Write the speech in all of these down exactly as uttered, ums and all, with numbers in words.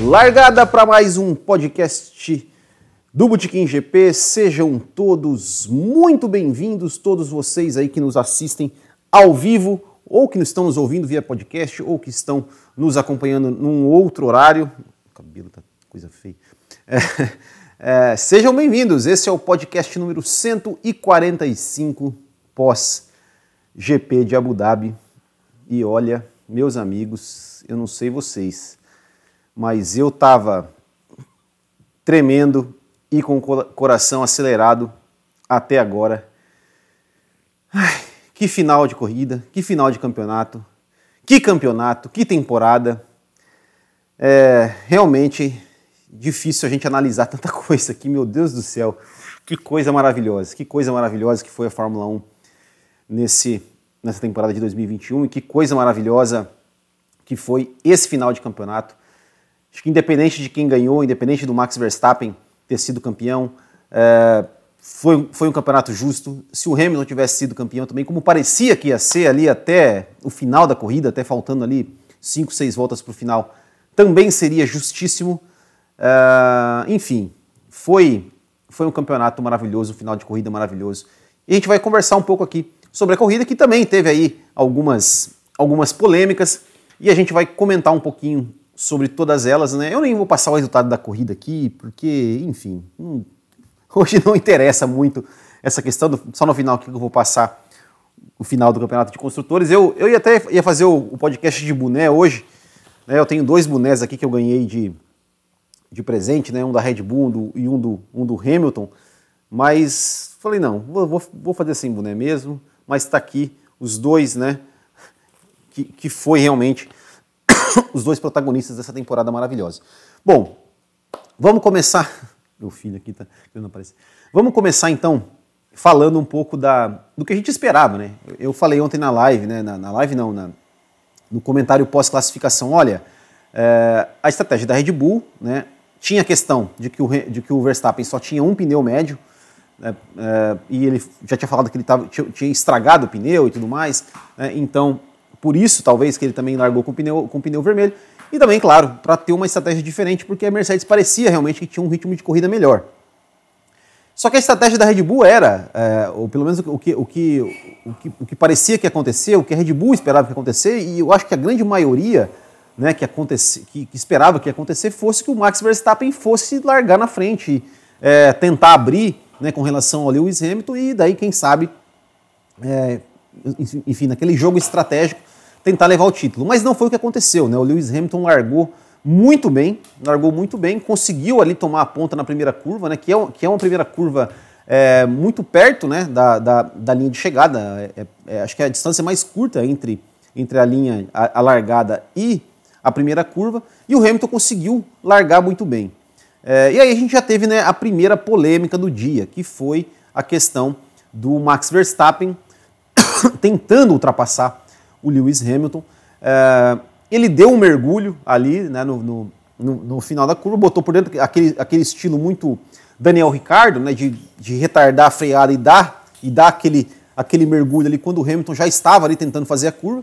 Largada para mais um podcast do Botequim G P. Sejam todos muito bem-vindos, todos vocês aí que nos assistem ao vivo ou que estão nos ouvindo via podcast ou que estão nos acompanhando num outro horário. O cabelo tá coisa feia. É, é, sejam bem-vindos, esse é o podcast número cento e quarenta e cinco pós-G P de Abu Dhabi. E olha, meus amigos, eu não sei vocês, mas eu tava tremendo e com o coração acelerado até agora. Ai, que final de corrida, que final de campeonato, que campeonato, que temporada. É realmente difícil a gente analisar tanta coisa aqui, meu Deus do céu. Que coisa maravilhosa, que coisa maravilhosa que foi a Fórmula um nesse, nessa temporada de dois mil e vinte e um e que coisa maravilhosa que foi esse final de campeonato. Acho que independente de quem ganhou, independente do Max Verstappen ter sido campeão, é, foi, foi um campeonato justo. Se o Hamilton tivesse sido campeão também, como parecia que ia ser ali até o final da corrida, até faltando ali cinco, seis voltas para o final, também seria justíssimo. É, enfim, foi, foi um campeonato maravilhoso, um final de corrida maravilhoso. E a gente vai conversar um pouco aqui sobre a corrida, que também teve aí algumas, algumas polêmicas, e a gente vai comentar um pouquinho sobre todas elas, né? Eu nem vou passar o resultado da corrida aqui, porque, enfim, não, hoje não interessa muito essa questão, do, só no final que eu vou passar o final do Campeonato de Construtores. Eu, eu ia até ia fazer o, o podcast de boné hoje, né? Eu tenho dois bonés aqui que eu ganhei de, de presente, né? Um da Red Bull um do, e um do, um do Hamilton, mas falei, não, vou, vou, vou fazer sem boné mesmo, mas está aqui os dois, né? Que, que foi realmente os dois protagonistas dessa temporada maravilhosa. Bom, vamos começar... Meu filho aqui tá querendo aparecer. Vamos começar, então, falando um pouco da, do que a gente esperava, né? Eu falei ontem na live, né? Na, na live não, na, no comentário pós-classificação, olha, é, a estratégia da Red Bull, né? Tinha a questão de que, o, de que o Verstappen só tinha um pneu médio, né, é, e ele já tinha falado que ele tava, tinha, tinha estragado o pneu e tudo mais, né? Então... Por isso, talvez, que ele também largou com o pneu, com o pneu vermelho. E também, claro, para ter uma estratégia diferente, porque a Mercedes parecia realmente que tinha um ritmo de corrida melhor. Só que a estratégia da Red Bull era, é, ou pelo menos o que, o, que, o, que, o que parecia que ia acontecer, o que a Red Bull esperava que ia acontecer, e eu acho que a grande maioria, né, que, acontece, que, que esperava que ia acontecer fosse que o Max Verstappen fosse largar na frente, é, tentar abrir, né, com relação ao Lewis Hamilton, e daí, quem sabe, é, enfim, naquele jogo estratégico, tentar levar o título. Mas não foi o que aconteceu, né? O Lewis Hamilton largou muito bem, largou muito bem, conseguiu ali tomar a ponta na primeira curva, né? Que é, que é uma primeira curva é, muito perto, né? da, da, da linha de chegada. É, é, acho que é a distância mais curta entre, entre a linha, a, a largada e a primeira curva, e o Hamilton conseguiu largar muito bem. É, e aí a gente já teve, né, a primeira polêmica do dia, que foi a questão do Max Verstappen tentando ultrapassar o Lewis Hamilton. É, ele deu um mergulho ali, né, no, no, no, no final da curva, botou por dentro aquele, aquele estilo muito Daniel Ricciardo, né, de, de retardar a freada e dar, e dar aquele, aquele mergulho ali quando o Hamilton já estava ali tentando fazer a curva.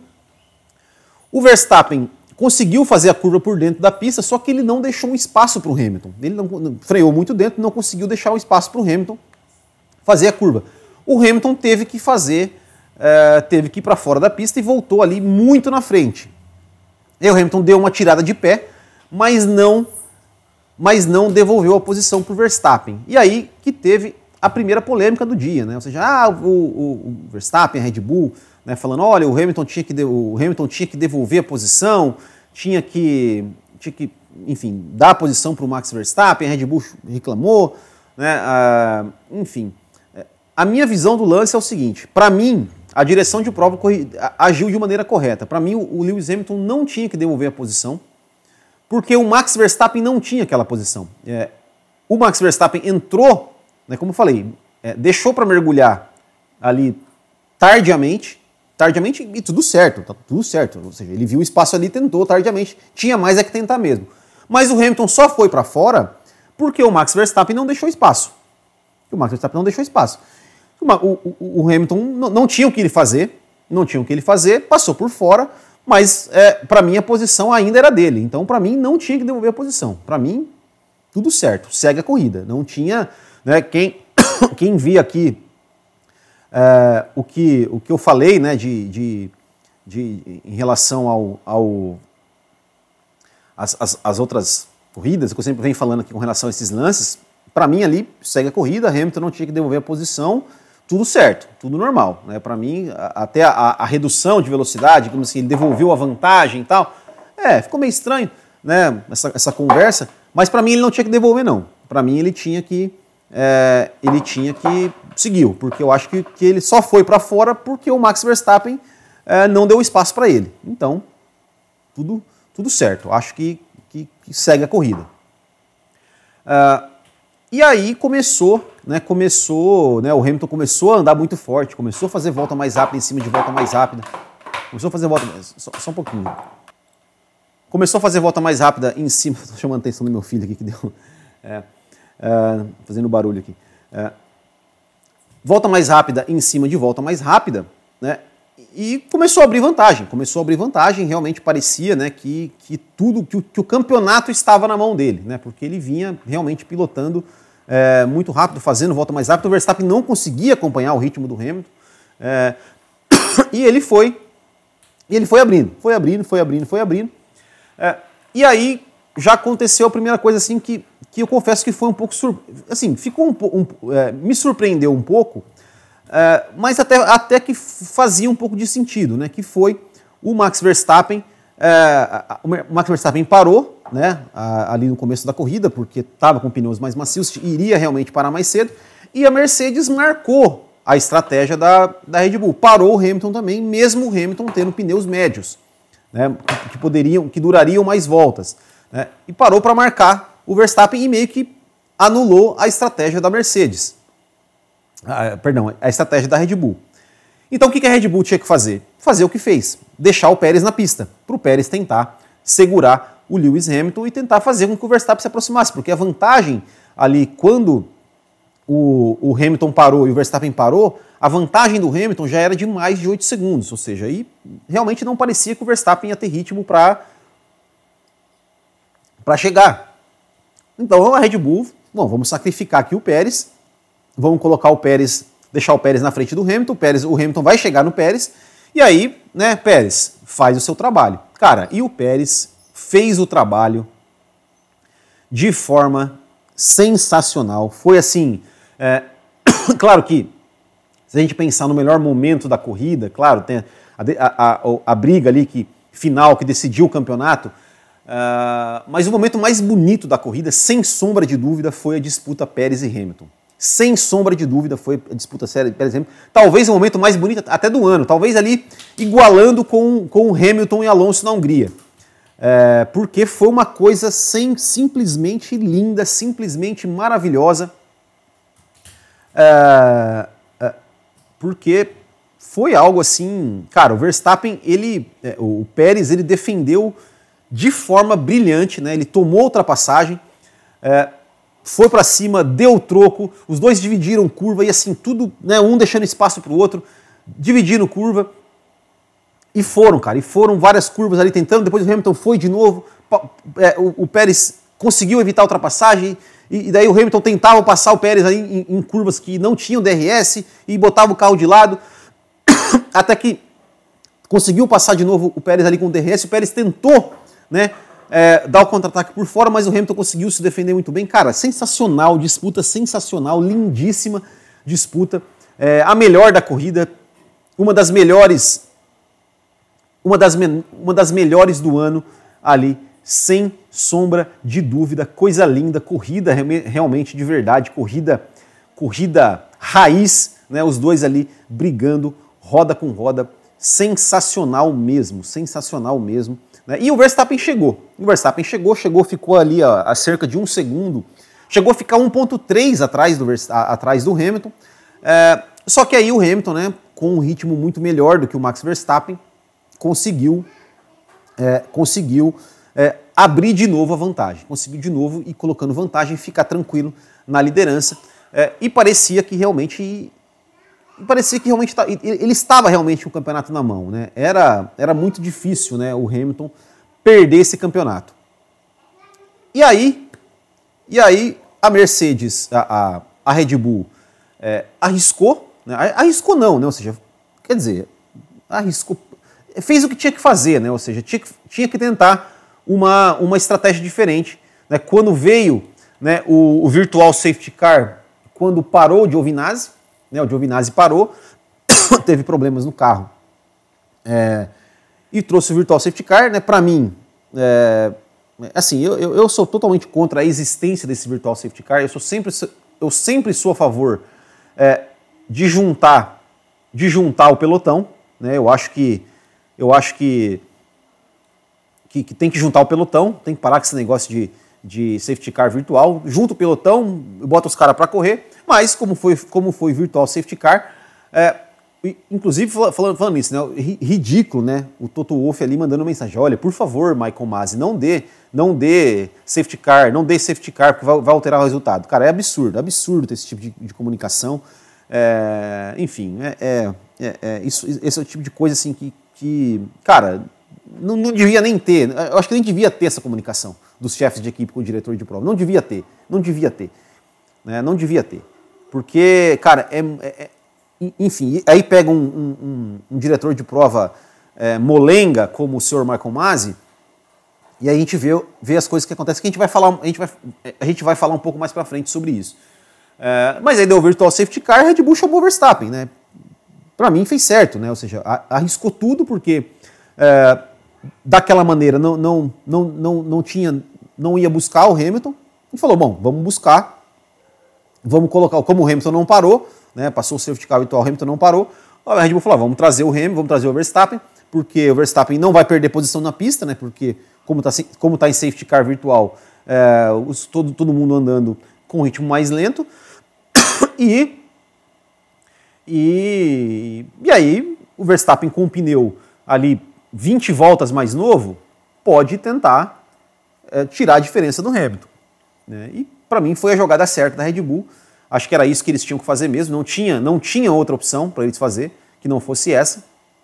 O Verstappen conseguiu fazer a curva por dentro da pista, só que ele não deixou um espaço para o Hamilton. Ele não, não, freou muito dentro, não conseguiu deixar um espaço para o Hamilton fazer a curva. O Hamilton teve que fazer... Uh, teve que ir para fora da pista e voltou ali muito na frente. E o Hamilton deu uma tirada de pé, mas não, mas não devolveu a posição para o Verstappen. E aí que teve a primeira polêmica do dia, né? Ou seja, ah, o, o, o Verstappen, a Red Bull, né, falando, olha, o Hamilton tinha que, de, o Hamilton tinha que devolver a posição, tinha que, tinha que enfim, dar a posição para o Max Verstappen, a Red Bull reclamou, né? Uh, enfim. A minha visão do lance é o seguinte, para mim, a direção de prova agiu de maneira correta. Para mim, o Lewis Hamilton não tinha que devolver a posição, porque o Max Verstappen não tinha aquela posição. É, o Max Verstappen entrou, né, como eu falei, é, deixou para mergulhar ali tardiamente, tardiamente e tudo certo, tá tudo certo. Ou seja, ele viu o espaço ali e tentou tardiamente. Tinha mais é que tentar mesmo. Mas o Hamilton só foi para fora porque o Max Verstappen não deixou espaço. O Max Verstappen não deixou espaço. O, o, o Hamilton não, não tinha o que ele fazer, não tinha o que ele fazer, passou por fora, mas é, para mim a posição ainda era dele, então para mim não tinha que devolver a posição. Para mim, tudo certo, segue a corrida. Não tinha, né, quem, quem via aqui é, o, que, o que eu falei, né, de, de, de, em relação ao, ao as, as, as outras corridas, que eu sempre venho falando aqui com relação a esses lances, para mim ali segue a corrida, Hamilton não tinha que devolver a posição, tudo certo, tudo normal, né? Para mim, até a, a redução de velocidade, como assim, ele devolveu a vantagem e tal, é, ficou meio estranho, né, essa, essa conversa, mas para mim ele não tinha que devolver não, para mim ele tinha que, é, ele tinha que, seguiu, porque eu acho que, que ele só foi para fora porque o Max Verstappen é, não deu espaço para ele, então, tudo, tudo certo, acho que, que, que segue a corrida. Uh, E aí começou, né, começou, né, o Hamilton começou a andar muito forte, começou a fazer volta mais rápida em cima de volta mais rápida, começou a fazer volta, só, só um pouquinho, começou a fazer volta mais rápida em cima, estou chamando a atenção do meu filho aqui que deu, é, é, fazendo barulho aqui, é, volta mais rápida em cima de volta mais rápida, né, e começou a abrir vantagem, começou a abrir vantagem, realmente parecia, né, que, que tudo, que o, que o campeonato estava na mão dele, né, porque ele vinha realmente pilotando é, muito rápido, fazendo volta mais rápido, o Verstappen não conseguia acompanhar o ritmo do Hamilton, é, e ele foi, e ele foi abrindo, foi abrindo, foi abrindo, foi abrindo, é, e aí já aconteceu a primeira coisa assim que, que eu confesso que foi um pouco, sur... assim, ficou um, um é, me surpreendeu um pouco, é, mas até, até que fazia um pouco de sentido, né, que foi o Max Verstappen, é, o Max Verstappen parou, né, ali no começo da corrida, porque estava com pneus mais macios, iria realmente parar mais cedo, e a Mercedes marcou a estratégia da, da Red Bull, parou o Hamilton também, mesmo o Hamilton tendo pneus médios, né, que, que poderiam, que durariam mais voltas, né, e parou para marcar o Verstappen e meio que anulou a estratégia da Mercedes, ah, perdão, a estratégia da Red Bull. Então o que a Red Bull tinha que fazer? Fazer o que fez, deixar o Pérez na pista, para o Pérez tentar segurar o Lewis Hamilton e tentar fazer com que o Verstappen se aproximasse, porque a vantagem ali, quando o, o Hamilton parou e o Verstappen parou, a vantagem do Hamilton já era de mais de oito segundos, ou seja, aí realmente não parecia que o Verstappen ia ter ritmo para para chegar. Então a Red Bull, bom, vamos sacrificar aqui o Pérez, vamos colocar o Pérez, deixar o Pérez na frente do Hamilton, o, Pérez, o Hamilton vai chegar no Pérez, e aí, né, Pérez, faz o seu trabalho. Cara, e o Pérez fez o trabalho de forma sensacional. Foi assim, é, claro que se a gente pensar no melhor momento da corrida, claro, tem a, a, a, a briga ali que, final que decidiu o campeonato, uh, mas o momento mais bonito da corrida, sem sombra de dúvida, foi a disputa Pérez e Hamilton. Sem sombra de dúvida foi a disputa séria de Pérez e Hamilton. Talvez o momento mais bonito até do ano, talvez ali igualando com, com o Hamilton e Alonso na Hungria. É, porque foi uma coisa sem, simplesmente linda, simplesmente maravilhosa, é, é, porque foi algo assim, cara, o Verstappen, ele, é, o Pérez, ele defendeu de forma brilhante, né? Ele tomou a ultrapassagem, é, foi para cima, deu o troco, os dois dividiram curva e assim, tudo, né, um deixando espaço para o outro, dividindo curva. E foram, cara, e foram várias curvas ali tentando, depois o Hamilton foi de novo, é, o, o Pérez conseguiu evitar a ultrapassagem, e, e daí o Hamilton tentava passar o Pérez ali em, em curvas que não tinham D R S, e botava o carro de lado, até que conseguiu passar de novo o Pérez ali com o D R S, o Pérez tentou, né, é, dar o contra-ataque por fora, mas o Hamilton conseguiu se defender muito bem. Cara, sensacional, disputa sensacional, lindíssima disputa, é, a melhor da corrida, uma das melhores... Uma das, uma das melhores do ano ali, sem sombra de dúvida, coisa linda, corrida realmente de verdade, corrida, corrida raiz, né? Os dois ali brigando, roda com roda, sensacional mesmo, sensacional mesmo. Né? E o Verstappen chegou, o Verstappen chegou, chegou, ficou ali a, a cerca de um segundo, chegou a ficar um ponto três atrás do, a, atrás do Hamilton, é, só que aí o Hamilton, né, com um ritmo muito melhor do que o Max Verstappen, conseguiu, é, conseguiu é, abrir de novo a vantagem, conseguiu de novo ir colocando vantagem, ficar tranquilo na liderança, é, e parecia que realmente parecia que realmente ele, ele estava realmente com o campeonato na mão, né? Era, era muito difícil, né, o Hamilton perder esse campeonato. E aí, e aí a Mercedes, a, a, a Red Bull, é, arriscou, né? Arriscou não, né? Ou seja, quer dizer, arriscou, fez o que tinha que fazer, né? Ou seja, tinha que, tinha que tentar uma, uma estratégia diferente, né? Quando veio, né, o, o Virtual Safety Car, quando parou o Giovinazzi, né, o Giovinazzi parou, teve problemas no carro, é, e trouxe o Virtual Safety Car, né? Para mim, é, assim, eu, eu sou totalmente contra a existência desse Virtual Safety Car, eu, sou sempre, eu sempre sou a favor é, de juntar, de juntar o pelotão, né? Eu acho que, eu acho que, que, que tem que juntar o pelotão, tem que parar com esse negócio de, de safety car virtual, junta o pelotão, bota os caras para correr, mas como foi, como foi virtual safety car, é, inclusive falando, falando nisso, né, ridículo, né, o Toto Wolff ali mandando mensagem, olha, por favor, Michael Masi, não dê, não dê safety car, não dê safety car, porque vai, vai alterar o resultado. Cara, é absurdo, absurdo ter esse tipo de, de comunicação, é, enfim, é, é, é, é, isso, esse é o tipo de coisa assim que, que cara, não, não devia nem ter, eu acho que nem devia ter essa comunicação dos chefes de equipe com o diretor de prova, não devia ter, não devia ter, né, não devia ter, porque, cara, é, é enfim, aí pega um, um, um, um diretor de prova é, molenga, como o senhor Michael Masi, e aí a gente vê, vê as coisas que acontecem, que a gente vai falar, a gente vai, a gente vai falar um pouco mais pra frente sobre isso. É, mas aí deu o Virtual Safety Car, a Red Bull chamou o Verstappen, né? Pra mim fez certo, né? Ou seja, arriscou tudo, porque é, daquela maneira não, não, não, não, não, tinha, não ia buscar o Hamilton, e falou, bom, vamos buscar, vamos colocar, como o Hamilton não parou, né, passou o safety car virtual, o Hamilton não parou, a Red Bull falou, vamos trazer o Hamilton, vamos trazer o Verstappen, porque o Verstappen não vai perder posição na pista, né, porque como está como tá em safety car virtual, é, os, todo, todo mundo andando com um ritmo mais lento, e, e, e aí o Verstappen com um pneu ali vinte voltas mais novo, pode tentar é, tirar a diferença do Hamilton, né, e para mim foi a jogada certa da Red Bull. Acho que era isso que eles tinham que fazer mesmo, não tinha, não tinha outra opção para eles fazer que não fosse essa.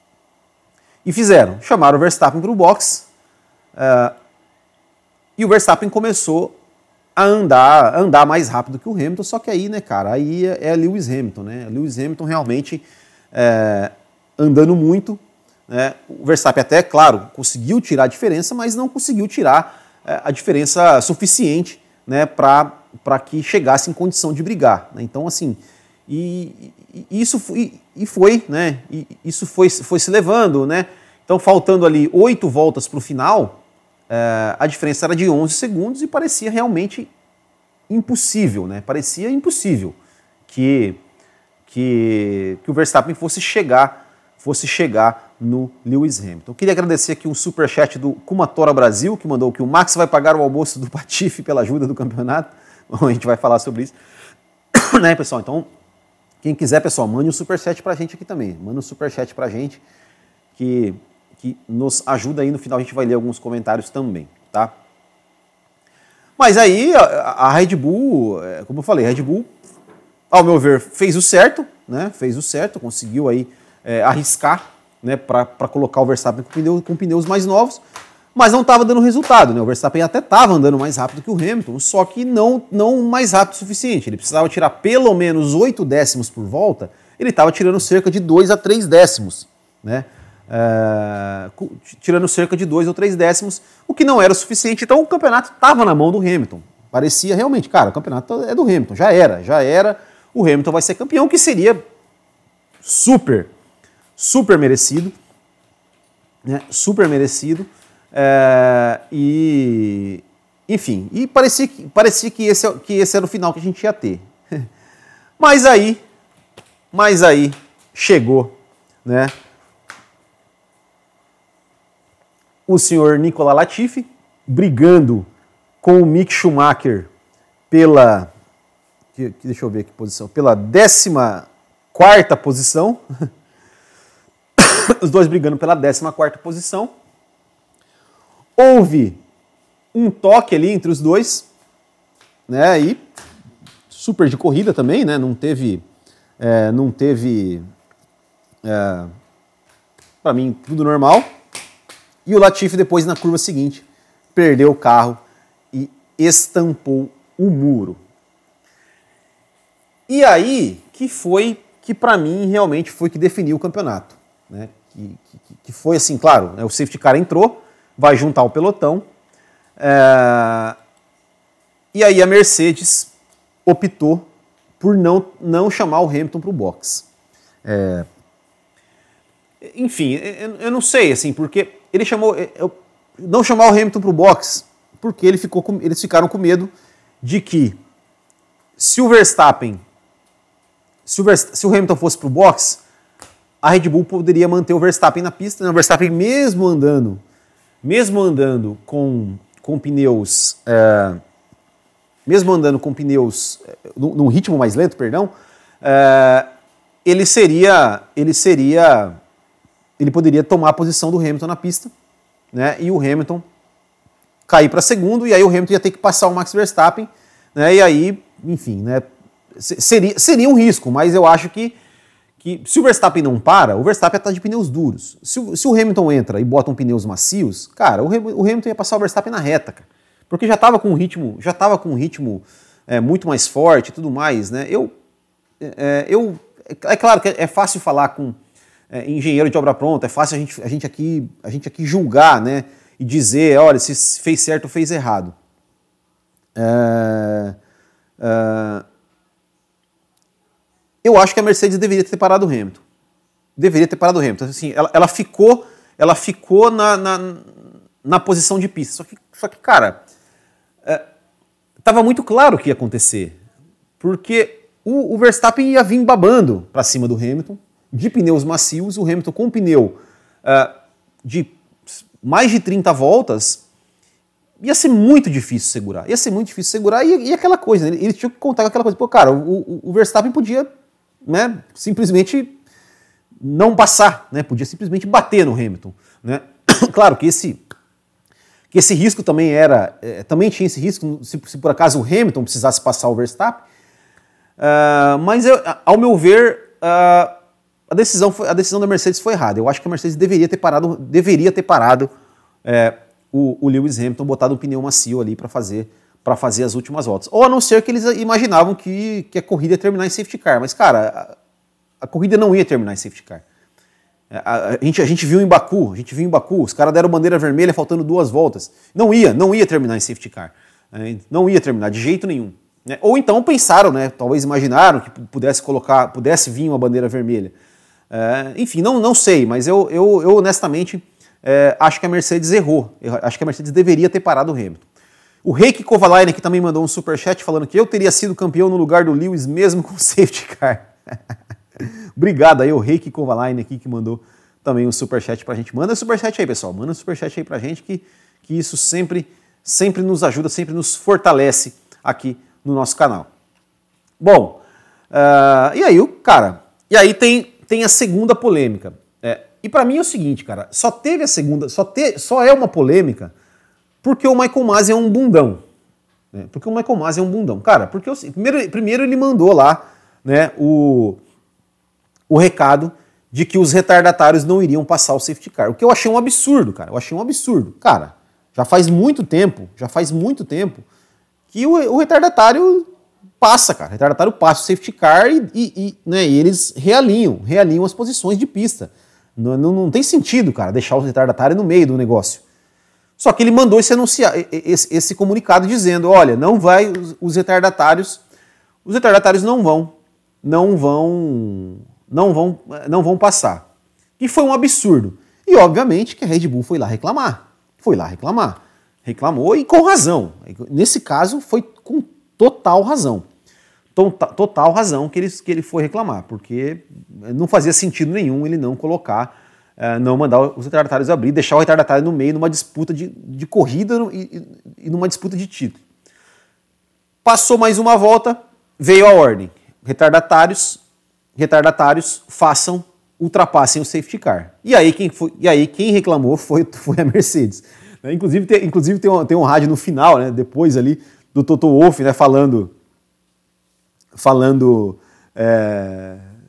E fizeram, chamaram o Verstappen para o box, uh, e o Verstappen começou a andar, a andar mais rápido que o Hamilton, só que aí, né, cara, aí é, é Lewis Hamilton, né? Lewis Hamilton realmente é, andando muito, né? O Verstappen até, claro, conseguiu tirar a diferença, mas não conseguiu tirar é, a diferença suficiente, né, para para que chegasse em condição de brigar, né? Então, assim, e, e isso foi, e foi, né? E isso foi, foi se levando, né? Então, faltando ali oito voltas para o final, é, a diferença era de onze segundos e parecia realmente impossível, né? Parecia impossível que, que, que o Verstappen fosse chegar, fosse chegar no Lewis Hamilton. Eu queria agradecer aqui um superchat do Kumatora Brasil, que mandou que o Max vai pagar o almoço do Patife pela ajuda do campeonato. A gente vai falar sobre isso, né, pessoal? Então, quem quiser, pessoal, mande um superchat pra gente aqui também. Manda um superchat pra gente, que, que nos ajuda aí. No final a gente vai ler alguns comentários também, tá? Mas aí, a, a Red Bull, como eu falei, a Red Bull, ao meu ver, fez o certo, né? Fez o certo, conseguiu aí é, arriscar, né, pra, pra colocar o Verstappen com, pneu, com pneus mais novos, mas não estava dando resultado, né? O Verstappen até estava andando mais rápido que o Hamilton, só que não, não mais rápido o suficiente. Ele precisava tirar pelo menos oito décimos por volta, ele estava tirando cerca de dois a três décimos, né? É, tirando cerca de dois ou três décimos, o que não era o suficiente. Então o campeonato estava na mão do Hamilton. Parecia realmente, cara, o campeonato é do Hamilton, já era, já era. O Hamilton vai ser campeão, que seria super, super merecido, né? Super merecido. É, e, enfim, e parecia, que, parecia que, esse, que esse era o final que a gente ia ter. Mas aí, mas aí chegou, né, o senhor Nicolas Latifi brigando com o Mick Schumacher pela, que, deixa eu ver que posição, pela décima quarta posição. Os dois brigando pela décima quarta posição. Houve um toque ali entre os dois, né, e super de corrida também, né, não teve, é, não teve, é, para mim, tudo normal. E o Latifi depois, na curva seguinte, perdeu o carro e estampou o muro. E aí que foi, que para mim realmente foi que definiu o campeonato, né? Que, que, que foi assim, claro, né? O safety car entrou, vai juntar o pelotão, é... e aí a Mercedes optou por não, não chamar o Hamilton para o box. É... Enfim, eu, eu não sei, assim, porque ele chamou, eu, não chamar o Hamilton para o box, porque ele ficou com, eles ficaram com medo de que se o Verstappen Se o, Verst- se o Hamilton fosse para o box, a Red Bull poderia manter o Verstappen na pista. Né? O Verstappen, mesmo andando, mesmo andando com, com pneus, é, mesmo andando com pneus é, num, num ritmo mais lento, perdão, é, ele seria, ele seria, ele poderia tomar a posição do Hamilton na pista, né? E o Hamilton cair para segundo, e aí o Hamilton ia ter que passar o Max Verstappen, né? E aí, enfim, né? Seria, seria um risco, mas eu acho que, que se o Verstappen não para, o Verstappen está de pneus duros. Se o, se o Hamilton entra e bota um pneus macios, cara, o, o Hamilton ia passar o Verstappen na reta, cara, porque já estava com um ritmo, já estava com um ritmo é, muito mais forte e tudo mais, né? Eu, é, eu, é claro que é fácil falar com é, engenheiro de obra pronta, é fácil a gente, a gente aqui, a gente aqui julgar, né? E dizer, olha, se fez certo ou fez errado. É, é, Eu acho que a Mercedes deveria ter parado o Hamilton. Deveria ter parado o Hamilton. Assim, ela, ela ficou, ela ficou na, na, na posição de pista. Só que, só que cara, estava é, muito claro o que ia acontecer. Porque o, o Verstappen ia vir babando para cima do Hamilton, de pneus macios. O Hamilton com um pneu é, de mais de trinta voltas, ia ser muito difícil segurar. Ia ser muito difícil segurar e, e aquela coisa, né? Ele tinha que contar com aquela coisa. Pô, cara, o, o, o Verstappen podia... Né, simplesmente não passar, né, podia simplesmente bater no Hamilton. Né? Claro que esse, que esse risco também era, é, também tinha esse risco se, se por acaso o Hamilton precisasse passar o Verstappen, uh, mas eu, ao meu ver uh, a, decisão foi, a decisão da Mercedes foi errada. Eu acho que a Mercedes deveria ter parado, deveria ter parado é, o, o Lewis Hamilton, botado um pneu macio ali para fazer para fazer as últimas voltas. Ou a não ser que eles imaginavam que, que a corrida ia terminar em safety car. Mas, cara, a, a corrida não ia terminar em safety car. A, a, gente, a gente viu em Baku, a gente viu em Baku, os caras deram bandeira vermelha faltando duas voltas. Não ia, não ia terminar em safety car. É, não ia terminar, de jeito nenhum. Né? Ou então pensaram, né, talvez imaginaram que pudesse colocar, pudesse vir uma bandeira vermelha. É, enfim, não, não sei, mas eu, eu, eu honestamente é, acho que a Mercedes errou. Eu acho que a Mercedes deveria ter parado o Hamilton. O Heikki Kovalainen aqui também mandou um superchat falando que eu teria sido campeão no lugar do Lewis mesmo com safety car. Obrigado aí, o Heikki Kovalainen aqui que mandou também um superchat pra gente. Manda superchat aí, pessoal. Manda um superchat aí pra gente que, que isso sempre, sempre nos ajuda, sempre nos fortalece aqui no nosso canal. Bom, uh, e aí, o cara, e aí tem, tem a segunda polêmica. É, e pra mim é o seguinte, cara, só teve a segunda, só, te, só é uma polêmica porque o Michael Masi é um bundão. Né? Porque o Michael Masi é um bundão. Cara, porque eu, primeiro, primeiro ele mandou lá, né, o, o recado de que os retardatários não iriam passar o safety car. O que eu achei um absurdo, cara. Eu achei um absurdo. Cara, já faz muito tempo, já faz muito tempo que o, o retardatário passa, cara. O retardatário passa o safety car e, e, e, né, e eles realinham, realinham as posições de pista. Não, não, não tem sentido, cara, deixar o retardatário no meio do negócio. Só que ele mandou esse, anunciar, esse, esse comunicado dizendo, olha, não vai, os, os retardatários, os retardatários não vão, não vão, não vão, não vão passar. E foi um absurdo. E obviamente que a Red Bull foi lá reclamar, foi lá reclamar, reclamou e com razão. Nesse caso foi com total razão, total razão que ele, que ele foi reclamar, porque não fazia sentido nenhum ele não colocar, não mandar os retardatários abrir, deixar o retardatário no meio numa disputa de, de corrida e, e numa disputa de título. Passou mais uma volta, veio a ordem. Retardatários, retardatários façam, ultrapassem o safety car. E aí quem, foi, e aí quem reclamou foi, foi a Mercedes. Né? Inclusive, tem, inclusive tem, um, tem um rádio no final, né, depois ali, do Toto Wolff, né, falando, falando é,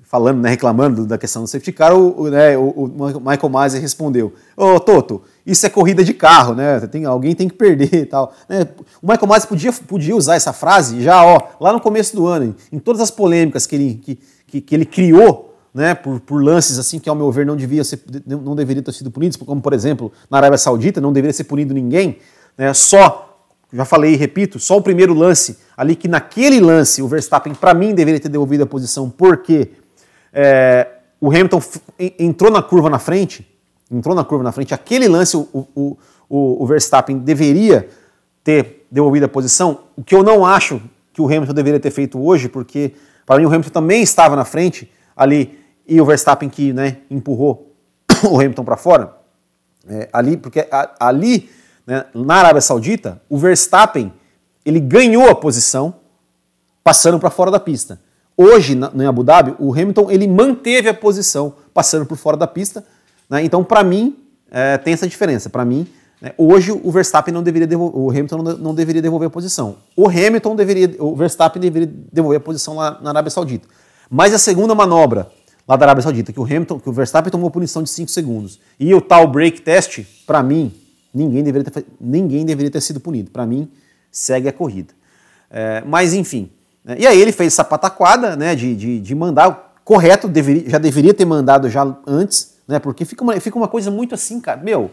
falando, né, reclamando da questão do safety car, o, o, né, o, o Michael Masi respondeu: ô Toto, isso é corrida de carro, né? Tem, alguém tem que perder e tal. Né? O Michael Masi podia, podia usar essa frase já, ó, lá no começo do ano, em todas as polêmicas que ele, que, que, que ele criou, né, por, por lances assim que, ao meu ver, não, devia ser, não deveria ter sido punidos, como, por exemplo, na Arábia Saudita, não deveria ser punido ninguém, né, só, já falei e repito, só o primeiro lance, ali que naquele lance o Verstappen, para mim, deveria ter devolvido a posição, porque é, o Hamilton entrou na curva na frente, entrou na curva na frente, aquele lance o, o, o, o Verstappen deveria ter devolvido a posição, o que eu não acho que o Hamilton deveria ter feito hoje, porque para mim o Hamilton também estava na frente ali, e o Verstappen que, né, empurrou o Hamilton para fora, é, ali, porque a, ali, né, na Arábia Saudita, o Verstappen ele ganhou a posição passando para fora da pista. Hoje, na, em Abu Dhabi, o Hamilton ele manteve a posição passando por fora da pista, né, então para mim é, tem essa diferença. Para mim, né, hoje o Verstappen não deveria devolver, o Hamilton não, não deveria devolver a posição. O Hamilton deveria, o Verstappen deveria devolver a posição lá na Arábia Saudita. Mas a segunda manobra lá da Arábia Saudita, que o Hamilton, que o Verstappen tomou punição de cinco segundos, e o tal break test, para mim, ninguém deveria ter, ninguém deveria ter sido punido. Para mim, segue a corrida. É, mas, enfim. Né, e aí ele fez essa pataquada, né, de, de, de mandar, correto, deveria, já deveria ter mandado já antes, né, porque fica uma, fica uma coisa muito assim, cara, meu,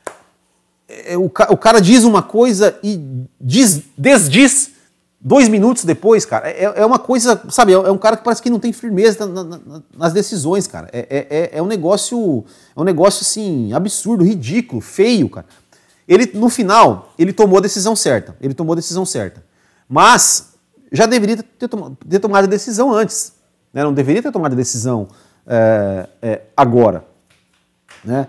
é, o, o cara diz uma coisa e diz, desdiz dois minutos depois, cara, é, é uma coisa, sabe, é um cara que parece que não tem firmeza na, na, nas decisões, cara. É, é, é um negócio, é um negócio, assim, absurdo, ridículo, feio, cara. Ele, no final, ele tomou a decisão certa, ele tomou a decisão certa. Mas já deveria ter, tom ter tomado a decisão antes, né? Não deveria ter tomado a decisão é, é, agora, né?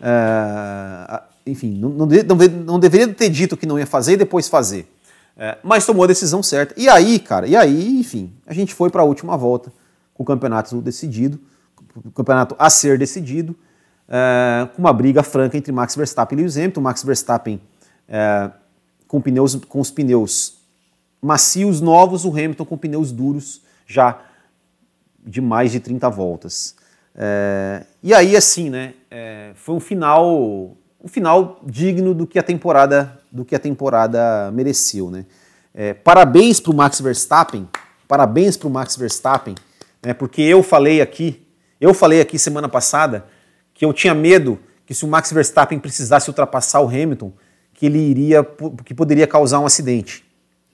É, enfim, não, não, não, não deveria ter dito que não ia fazer e depois fazer. É, mas tomou a decisão certa. E aí, cara, e aí, enfim, a gente foi para a última volta com o campeonato decidido, o campeonato a ser decidido, é, com uma briga franca entre Max Verstappen e Lewis Hamilton. Max Verstappen é, com, pneus, com os pneus macios novos, o Hamilton com pneus duros já de mais de trinta voltas. É, e aí, assim, né, é, foi um final... um final digno do que a temporada, do que a temporada mereceu, né? É, parabéns para o Max Verstappen, parabéns para o Max Verstappen, né? Porque eu falei aqui, eu falei aqui semana passada que eu tinha medo que se o Max Verstappen precisasse ultrapassar o Hamilton, que ele iria, que poderia causar um acidente.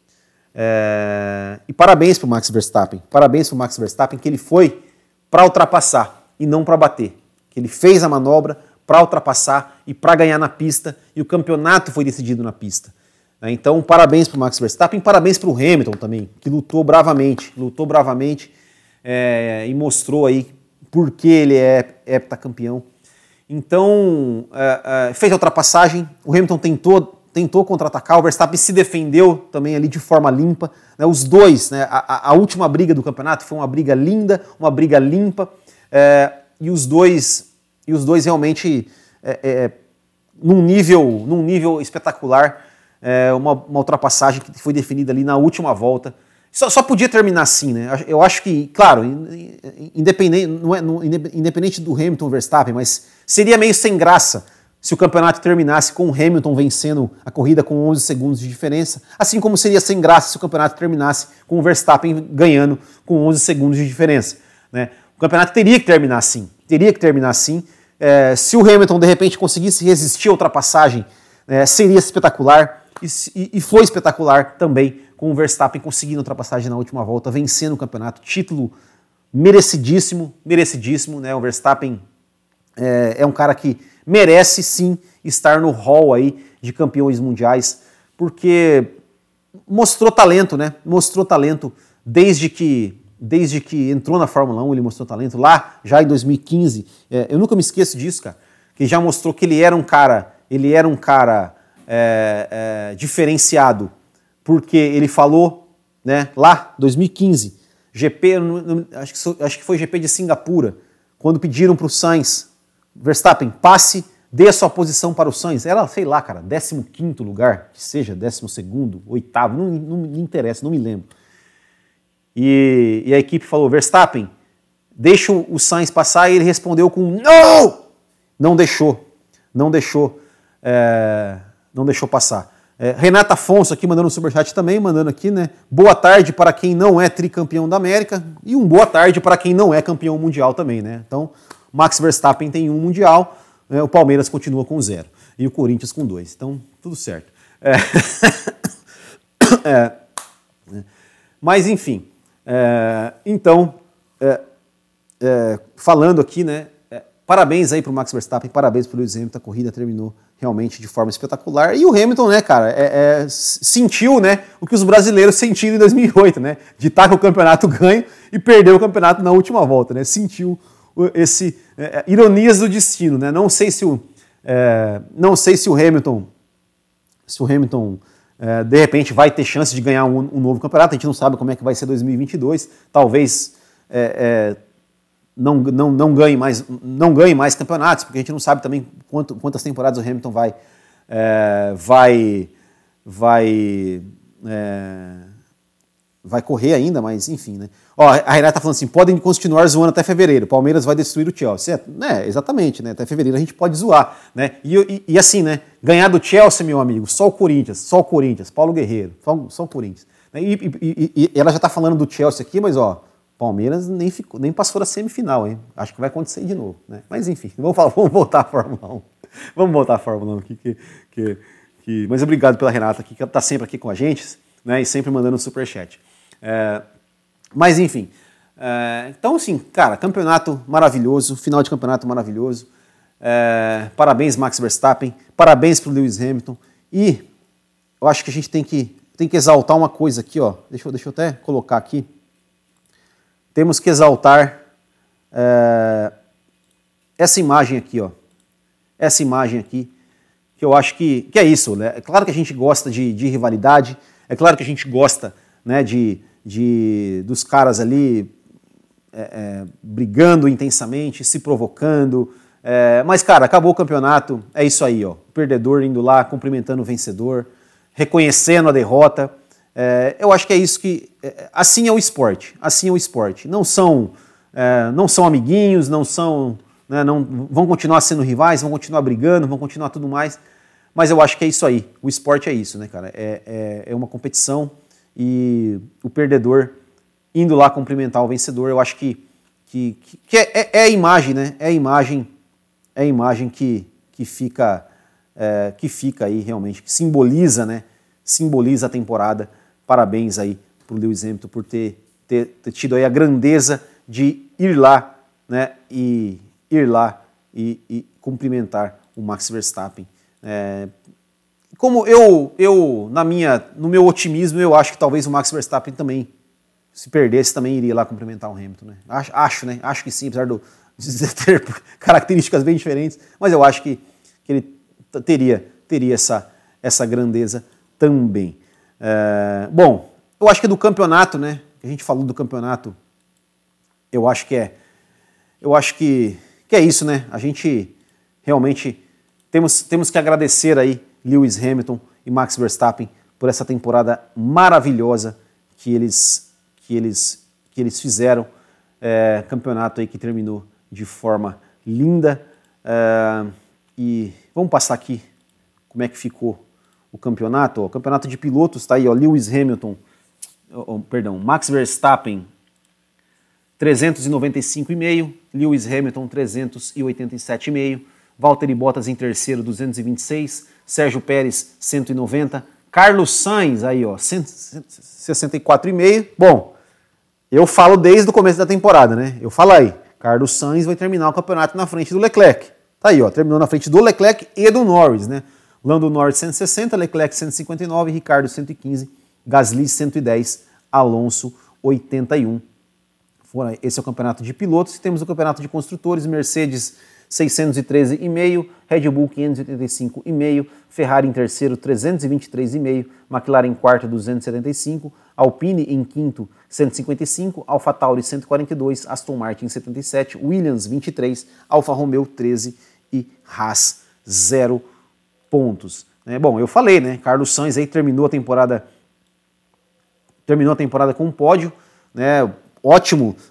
É, e parabéns para o Max Verstappen, parabéns para o Max Verstappen que ele foi para ultrapassar e não para bater, que ele fez a manobra para ultrapassar e para ganhar na pista, e o campeonato foi decidido na pista. Então, parabéns para o Max Verstappen, parabéns para o Hamilton também, que lutou bravamente, lutou bravamente é, e mostrou aí por que ele é heptacampeão. Então, é, é, fez a ultrapassagem, o Hamilton tentou, tentou contra-atacar, o Verstappen se defendeu também ali de forma limpa. Né, os dois, né, a, a última briga do campeonato foi uma briga linda, uma briga limpa, é, e os dois... E os dois realmente, é, é, num, nível, num nível espetacular, é, uma, uma ultrapassagem que foi definida ali na última volta. Só, só podia terminar assim, né? Eu acho que, claro, independente, não é, não, independente do Hamilton Verstappen, mas seria meio sem graça se o campeonato terminasse com o Hamilton vencendo a corrida com onze segundos de diferença, assim como seria sem graça se o campeonato terminasse com o Verstappen ganhando com onze segundos de diferença, né? O campeonato teria que terminar assim, teria que terminar assim. É, se o Hamilton, de repente, conseguisse resistir à ultrapassagem, é, seria espetacular, e, e foi espetacular também, com o Verstappen conseguindo a ultrapassagem na última volta, vencendo o campeonato, título merecidíssimo, merecidíssimo, né? O Verstappen é, é um cara que merece, sim, estar no hall aí de campeões mundiais, porque mostrou talento, né? Mostrou talento desde que... Desde que entrou na Fórmula um, ele mostrou talento. Lá, já em dois mil e quinze, é, eu nunca me esqueço disso, cara, que já mostrou que ele era um cara, ele era um cara é, é, diferenciado, porque ele falou, né, lá, dois mil e quinze, G P, acho que, acho que foi G P de Singapura, quando pediram para o Sainz, Verstappen, passe, dê a sua posição para o Sainz. Era, sei lá, cara, décimo quinto lugar, que seja décimo segundo, oitavo, não, não me interessa, não me lembro. E, e a equipe falou, Verstappen, deixa o Sainz passar e ele respondeu com não! Não deixou, não deixou, é, não deixou passar. É, Renata Afonso aqui mandando um superchat também, mandando aqui, né? Boa tarde para quem não é tricampeão da América e um boa tarde para quem não é campeão mundial também, né? Então, Max Verstappen tem um mundial, né, o Palmeiras continua com zero e o Corinthians com dois. Então, tudo certo. É, é, mas, enfim, é, então, é, é, falando aqui, né? É, parabéns aí para o Max Verstappen, parabéns para o Lewis Hamilton, a corrida terminou realmente de forma espetacular. E o Hamilton, né, cara, é, é, sentiu, né, o que os brasileiros sentiram em dois mil e oito, né, de estar com o campeonato ganho e perder o campeonato na última volta, né, sentiu esse é, ironias do destino, né. Não sei se o é, não sei se o Hamilton se o Hamilton é, de repente vai ter chance de ganhar um, um novo campeonato. A gente não sabe como é que vai ser dois mil e vinte e dois. Talvez é, é, Não, não, não, ganhe mais, não ganhe mais campeonatos, porque a gente não sabe também quanto, quantas temporadas o Hamilton vai, é, vai, vai, é, vai correr ainda, mas enfim, né? Ó, a Renata tá falando assim, podem continuar zoando até fevereiro, Palmeiras vai destruir o Chelsea. É, né, exatamente, né? Até fevereiro a gente pode zoar, né? E, e, e assim, né? Ganhar do Chelsea, meu amigo, só o Corinthians, só o Corinthians, Paulo Guerreiro, só, só o Corinthians. E, e, e, e ela já tá falando do Chelsea aqui, mas ó, Palmeiras nem, ficou, nem passou da semifinal, hein? Acho que vai acontecer de novo, né? Mas enfim, vamos, falar, vamos voltar à Fórmula um. Vamos voltar à Fórmula um aqui. Que, que, que... Mas obrigado pela Renata, aqui, que ela está sempre aqui com a gente, né? E sempre mandando um superchat. É... Mas enfim, é... então assim, cara, campeonato maravilhoso, final de campeonato maravilhoso. É... Parabéns, Max Verstappen, parabéns para o Lewis Hamilton. E eu acho que a gente tem que, tem que exaltar uma coisa aqui, ó. Deixa eu, deixa eu até colocar aqui. Temos que exaltar é, essa imagem aqui, ó. Essa imagem aqui, que eu acho que, que é isso, né? É claro que a gente gosta de, de rivalidade, é claro que a gente gosta, né, de, de, dos caras ali é, é, brigando intensamente, se provocando, é, mas, cara, acabou o campeonato, é isso aí, ó. O perdedor indo lá, cumprimentando o vencedor, reconhecendo a derrota. É, eu acho que é isso que... É, assim é o esporte, assim é o esporte. Não são, é, não são amiguinhos, não são... Né, não, vão continuar sendo rivais, vão continuar brigando, vão continuar tudo mais, mas eu acho que é isso aí. O esporte é isso, né, cara? É, é, é uma competição e o perdedor indo lá cumprimentar o vencedor, eu acho que, que, que é, é, é a imagem, né? É a imagem, é a imagem que, que, fica, é, que fica aí realmente, que simboliza, né? Simboliza a temporada. Parabéns aí para o Lewis Hamilton por ter, ter, ter tido aí a grandeza de ir lá, né, e ir lá e, e cumprimentar o Max Verstappen. É, como eu, eu na minha, no meu otimismo, eu acho que talvez o Max Verstappen também, se perdesse, também iria lá cumprimentar o Hamilton. Né? Acho, acho, né? Acho que sim, apesar do, de ter características bem diferentes, mas eu acho que, que ele teria, teria essa, essa grandeza também. É, bom, eu acho que do campeonato, né? A gente falou do campeonato, eu acho que é, eu acho que, que é isso, né? A gente realmente temos, temos que agradecer aí Lewis Hamilton e Max Verstappen por essa temporada maravilhosa que eles, que eles, que eles fizeram. É, campeonato aí que terminou de forma linda. É, e vamos passar aqui como é que ficou o campeonato. Ó, o campeonato de pilotos está aí, ó, Lewis Hamilton, oh, perdão, Max Verstappen trezentos e noventa e cinco vírgula cinco, Lewis Hamilton trezentos e oitenta e sete vírgula cinco, Valtteri Bottas em terceiro duzentos e vinte e seis, Sérgio Pérez cento e noventa, Carlos Sainz aí, ó, cento e sessenta e quatro vírgula cinco. Bom, eu falo desde o começo da temporada, né? Eu falo aí, Carlos Sainz vai terminar o campeonato na frente do Leclerc. Tá aí, ó, terminou na frente do Leclerc e do Norris, né? Lando Norris cento e sessenta, Leclerc cento e cinquenta e nove, Ricardo cento e quinze, Gasly cento e dez, Alonso oitenta e um. Esse é o campeonato de pilotos. E temos o campeonato de construtores, Mercedes seiscentos e treze vírgula cinco, Red Bull quinhentos e oitenta e cinco vírgula cinco, Ferrari em terceiro trezentos e vinte e três vírgula cinco, McLaren em quarto duzentos e setenta e cinco, Alpine em quinto cento e cinquenta e cinco, AlphaTauri cento e quarenta e dois, Aston Martin setenta e sete, Williams vinte e três, Alfa Romeo treze e Haas zero pontos. É, bom, eu falei, né? Carlos Sainz aí terminou a temporada terminou a temporada com um pódio, né? Ótimo,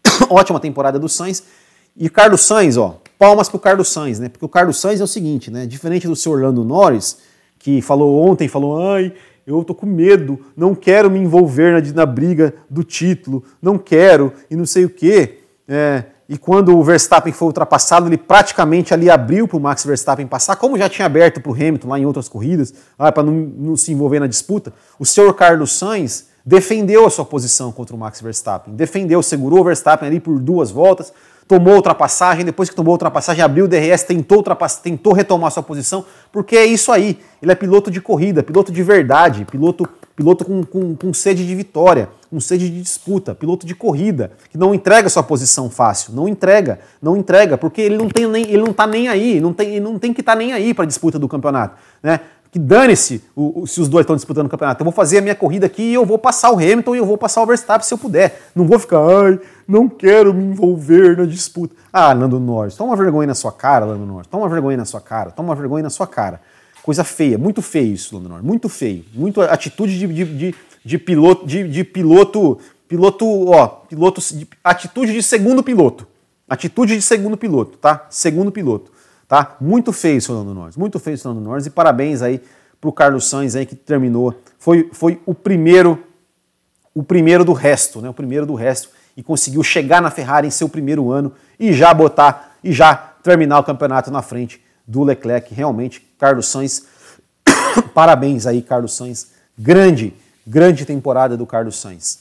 Ótima temporada do Sainz. E Carlos Sainz, ó, palmas pro Carlos Sainz, né? Porque o Carlos Sainz é o seguinte, né? Diferente do seu Orlando Norris, que falou ontem, falou, ai, eu tô com medo, não quero me envolver na, na briga do título, não quero, e não sei o quê. É, e quando o Verstappen foi ultrapassado, ele praticamente ali abriu pro Max Verstappen passar, como já tinha aberto pro Hamilton lá em outras corridas, ah, para não, não se envolver na disputa. O senhor Carlos Sainz defendeu a sua posição contra o Max Verstappen, defendeu, segurou o Verstappen ali por duas voltas, tomou ultrapassagem, depois que tomou ultrapassagem, abriu o D R S, tentou, ultrapass... tentou retomar sua posição, porque é isso aí, ele é piloto de corrida, piloto de verdade, piloto, piloto com, com, com sede de vitória, com sede de disputa, piloto de corrida, que não entrega sua posição fácil, não entrega, não entrega, porque ele não, tem nem, ele não tá nem aí, não tem, ele não tem que estar tá nem aí para a disputa do campeonato, né? Que dane-se se os dois estão disputando o campeonato. Eu vou fazer a minha corrida aqui e eu vou passar o Hamilton e eu vou passar o Verstappen se eu puder. Não vou ficar, ai, não quero me envolver na disputa. Ah, Lando Norris, toma vergonha na sua cara, Lando Norris. Toma vergonha na sua cara, toma vergonha na sua cara. Coisa feia, muito feio isso, Lando Norris. Muito feio. Muito atitude de, de, de, de piloto, de, de piloto, piloto, ó, piloto, de, atitude de segundo piloto. Atitude de segundo piloto, tá? Segundo piloto. Tá? Muito feio isso, Lando Norris, muito feio isso, Lando Norris, e parabéns aí pro Carlos Sainz aí que terminou, foi, foi o primeiro o primeiro do resto, né? O primeiro do resto e conseguiu chegar na Ferrari em seu primeiro ano e já botar e já terminar o campeonato na frente do Leclerc. Realmente, Carlos Sainz, parabéns aí, Carlos Sainz, grande, grande temporada do Carlos Sainz.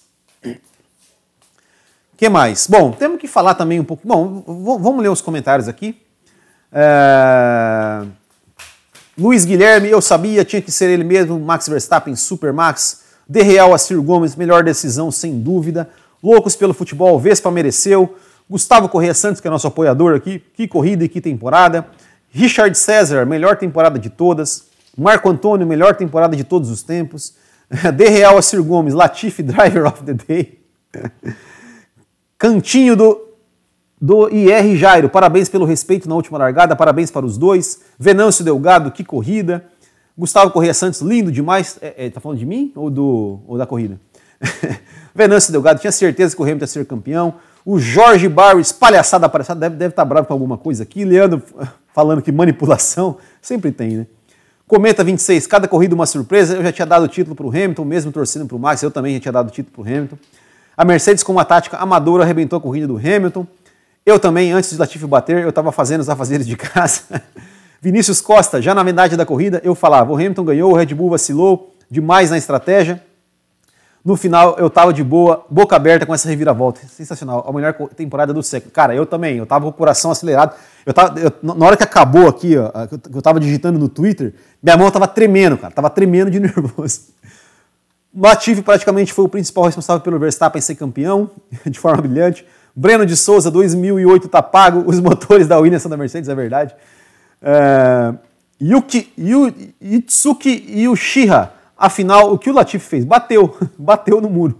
Que mais? Bom, temos que falar também um pouco. Bom, vamos ler os comentários aqui. É... Luiz Guilherme, eu sabia, tinha que ser ele mesmo, Max Verstappen, Super Max, De Real a Cir Gomes, melhor decisão sem dúvida, Loucos pelo Futebol, Vespa mereceu, Gustavo Corrêa Santos, que é nosso apoiador aqui, que corrida e que temporada, Richard César, melhor temporada de todas, Marco Antônio, melhor temporada de todos os tempos, De Real a Cir Gomes, Latifi, Driver of the Day, Cantinho do do I R Jairo, parabéns pelo respeito na última largada, parabéns para os dois. Venâncio Delgado, que corrida. Gustavo Corrêa Santos, lindo demais. É, é, tá falando de mim ou, do, ou da corrida? Venâncio Delgado, tinha certeza que o Hamilton ia ser campeão. O Jorge Barres, palhaçada, palhaçada, deve, deve estar bravo com alguma coisa aqui. Leandro falando que manipulação, sempre tem, né? Cometa vinte e seis, cada corrida uma surpresa. Eu já tinha dado o título para o Hamilton, mesmo torcendo para o Max, eu também já tinha dado o título para o Hamilton. A Mercedes com uma tática amadora arrebentou a corrida do Hamilton. Eu também, antes de Latifi bater, eu estava fazendo os afazeres de casa. Vinícius Costa, já na metade da corrida, eu falava, o Hamilton ganhou, o Red Bull vacilou demais na estratégia. No final, eu estava de boa, boca aberta com essa reviravolta. Sensacional, a melhor temporada do século. Cara, eu também, eu estava com o coração acelerado. Eu tava, eu, na hora que acabou aqui, ó, que eu estava digitando no Twitter, minha mão estava tremendo, cara, estava tremendo de nervoso. Latifi praticamente foi o principal responsável pelo Verstappen ser campeão, de forma brilhante. Breno de Souza, dois mil e oito tá pago, os motores da Williams são da Mercedes, é verdade. Uh, Yuki, Yu, Itsuki Yushihara, afinal, o que o Latifi fez? Bateu, bateu no muro.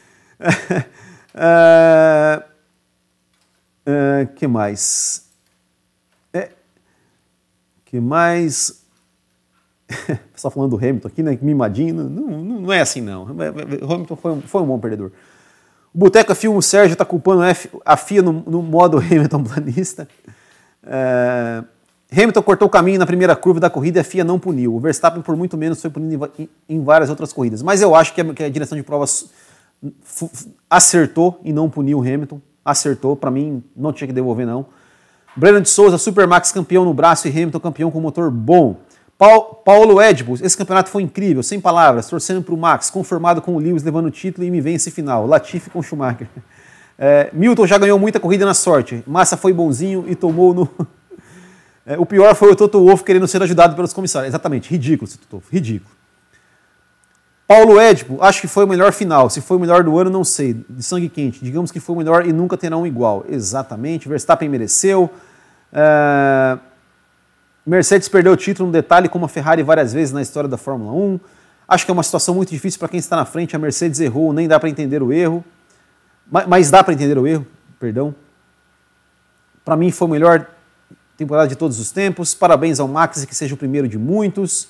uh, uh, que mais? É, que mais? Só falando do Hamilton aqui, né? Mimadinho, não, não, não é assim não. O Hamilton foi um, foi um bom perdedor. O Boteco F um, o Sérgio está culpando a F I A no, no modo Hamilton planista. É, Hamilton cortou o caminho na primeira curva da corrida e a F I A não puniu. O Verstappen, por muito menos, foi punido em, em várias outras corridas. Mas eu acho que a, que a direção de provas acertou e não puniu o Hamilton. Acertou, para mim, não tinha que devolver, não. Breno de Souza, Supermax campeão no braço e Hamilton campeão com motor bom. Paulo Edbo, esse campeonato foi incrível, sem palavras, torcendo para o Max, conformado com o Lewis levando o título e me vence final. Latifi com Schumacher. É, Milton já ganhou muita corrida na sorte. Massa foi bonzinho e tomou no... É, o pior foi o Toto Wolff querendo ser ajudado pelos comissários. Exatamente, ridículo esse Toto Wolff, ridículo. Paulo Edbo, acho que foi o melhor final. Se foi o melhor do ano, não sei. De sangue quente. Digamos que foi o melhor e nunca terá um igual. Exatamente, Verstappen mereceu. É... Mercedes perdeu o título no detalhe como a Ferrari várias vezes na história da Fórmula um. Acho que é uma situação muito difícil para quem está na frente. A Mercedes errou, nem dá para entender o erro. Mas, mas dá para entender o erro, perdão. Para mim foi a melhor temporada de todos os tempos. Parabéns ao Max, que seja o primeiro de muitos.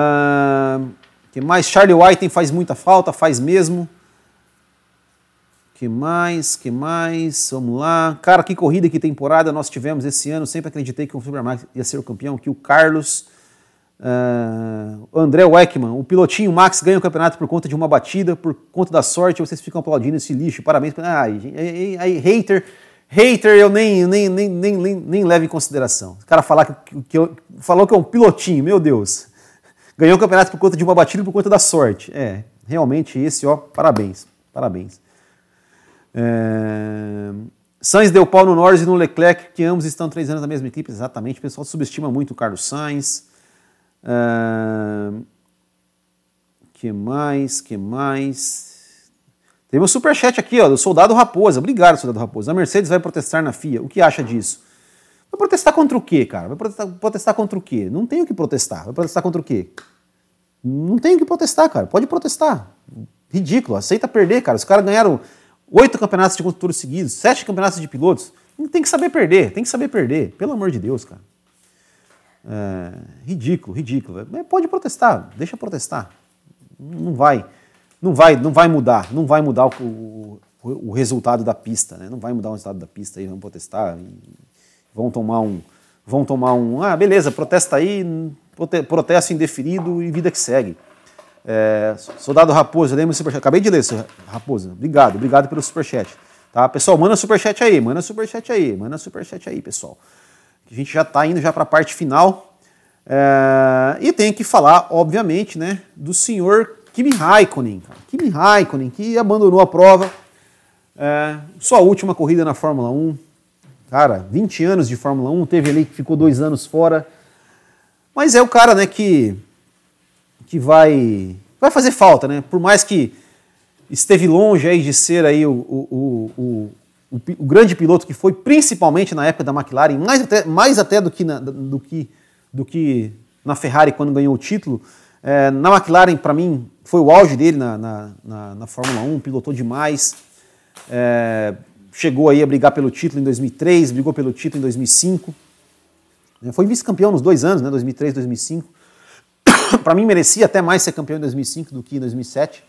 Uh, que mais? Charlie Whiting faz muita falta, faz mesmo. Que mais, que mais, vamos lá. Cara, que corrida e que temporada nós tivemos esse ano. Sempre acreditei que o Supermax ia ser o campeão, que o Carlos, uh, André Weckman, o pilotinho Max ganha o campeonato por conta de uma batida, por conta da sorte, vocês ficam aplaudindo esse lixo, parabéns. Ai, aí, aí, hater, hater eu nem, nem, nem, nem, nem, nem levo em consideração. O cara falar que, que eu, falou que é um pilotinho, meu Deus. Ganhou o campeonato por conta de uma batida e por conta da sorte. É, realmente esse, ó, parabéns, parabéns. É... Sainz deu pau no Norris e no Leclerc, que ambos estão três anos na mesma equipe, exatamente. O pessoal subestima muito o Carlos Sainz. É... Que mais, que mais? Teve um superchat aqui, ó, do Soldado Raposa. Obrigado, Soldado Raposa. A Mercedes vai protestar na F I A. O que acha disso? Vai protestar contra o quê, cara? Vai protestar, protestar contra o quê? Não tem o que protestar. Vai protestar contra o quê? Não tem o que protestar, cara. Pode protestar. Ridículo. Aceita perder, cara. Os caras ganharam oito campeonatos de construtores seguidos, sete campeonatos de pilotos. Tem que saber perder, tem que saber perder. Pelo amor de Deus, cara. É, ridículo, ridículo. Mas pode protestar, deixa protestar. Não vai, não vai, não vai mudar, não vai mudar o, o, o resultado da pista, né? Não vai mudar o resultado da pista aí, vão protestar, vão tomar um, vão tomar um, ah, beleza, protesta aí, protesto indeferido e vida que segue. É, Soldado Raposa, lembra o superchat? Acabei de ler, Raposa. Obrigado, obrigado pelo superchat. Tá, pessoal, manda superchat aí, manda superchat aí, manda superchat aí, pessoal. A gente já está indo já para a parte final. É, e tem que falar, obviamente, né, do senhor Kimi Raikkonen. Cara. Kimi Raikkonen, que abandonou a prova. É, sua última corrida na Fórmula um. Cara, vinte anos de Fórmula um, teve ali que ficou dois anos fora. Mas é o cara, né, que... que vai, vai fazer falta, né? Por mais que esteve longe aí de ser aí o, o, o, o, o grande piloto que foi, principalmente na época da McLaren, mais até, mais até do, que na, do, que, do que na Ferrari quando ganhou o título. É, na McLaren, para mim, foi o auge dele na, na, na, na Fórmula um, pilotou demais. É, chegou aí a brigar pelo título em dois mil e três, brigou pelo título em dois mil e cinco. Foi vice-campeão nos dois anos, né? dois mil e três e dois mil e cinco. Para mim merecia até mais ser campeão em dois mil e cinco do que em dois mil e sete.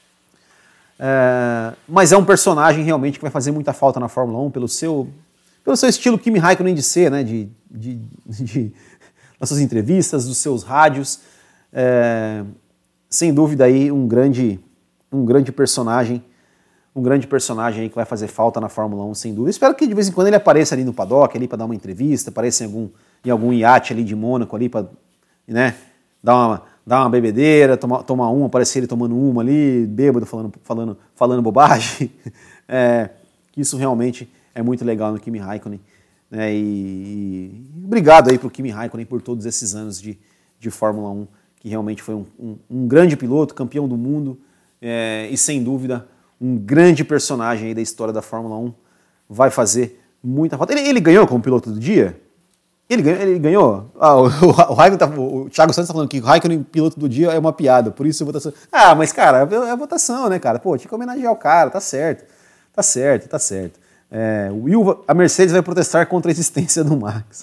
É, mas é um personagem realmente que vai fazer muita falta na Fórmula um pelo seu, pelo seu estilo Kimi Raikkonen de ser, né? de, de, de, das suas entrevistas, dos seus rádios. É, sem dúvida aí um grande, um grande personagem, um grande personagem aí que vai fazer falta na Fórmula um, sem dúvida. Espero que de vez em quando ele apareça ali no paddock, ali para dar uma entrevista, apareça em algum, em algum iate ali de Mônaco, ali para, né? Dar uma, dar uma bebedeira, tomar, tomar uma, aparecer ele tomando uma ali, bêbado, falando, falando, falando bobagem. É, isso realmente é muito legal no Kimi Raikkonen. Né, e, e obrigado aí pro Kimi Raikkonen por todos esses anos de, de Fórmula um, que realmente foi um, um, um grande piloto, campeão do mundo, é, e sem dúvida um grande personagem aí da história da Fórmula um. Vai fazer muita falta. Ele, ele ganhou como piloto do dia? Ele ganhou? Ele ganhou? Ah, o, o, o, tá, o Thiago Santos está falando que o Raikkonen, piloto do dia, é uma piada, por isso a votação... Ah, mas, cara, é a votação, né, cara? Pô, tinha que homenagear o cara, tá certo. Tá certo, tá certo. É, o Will, a Mercedes vai protestar contra a existência do Max.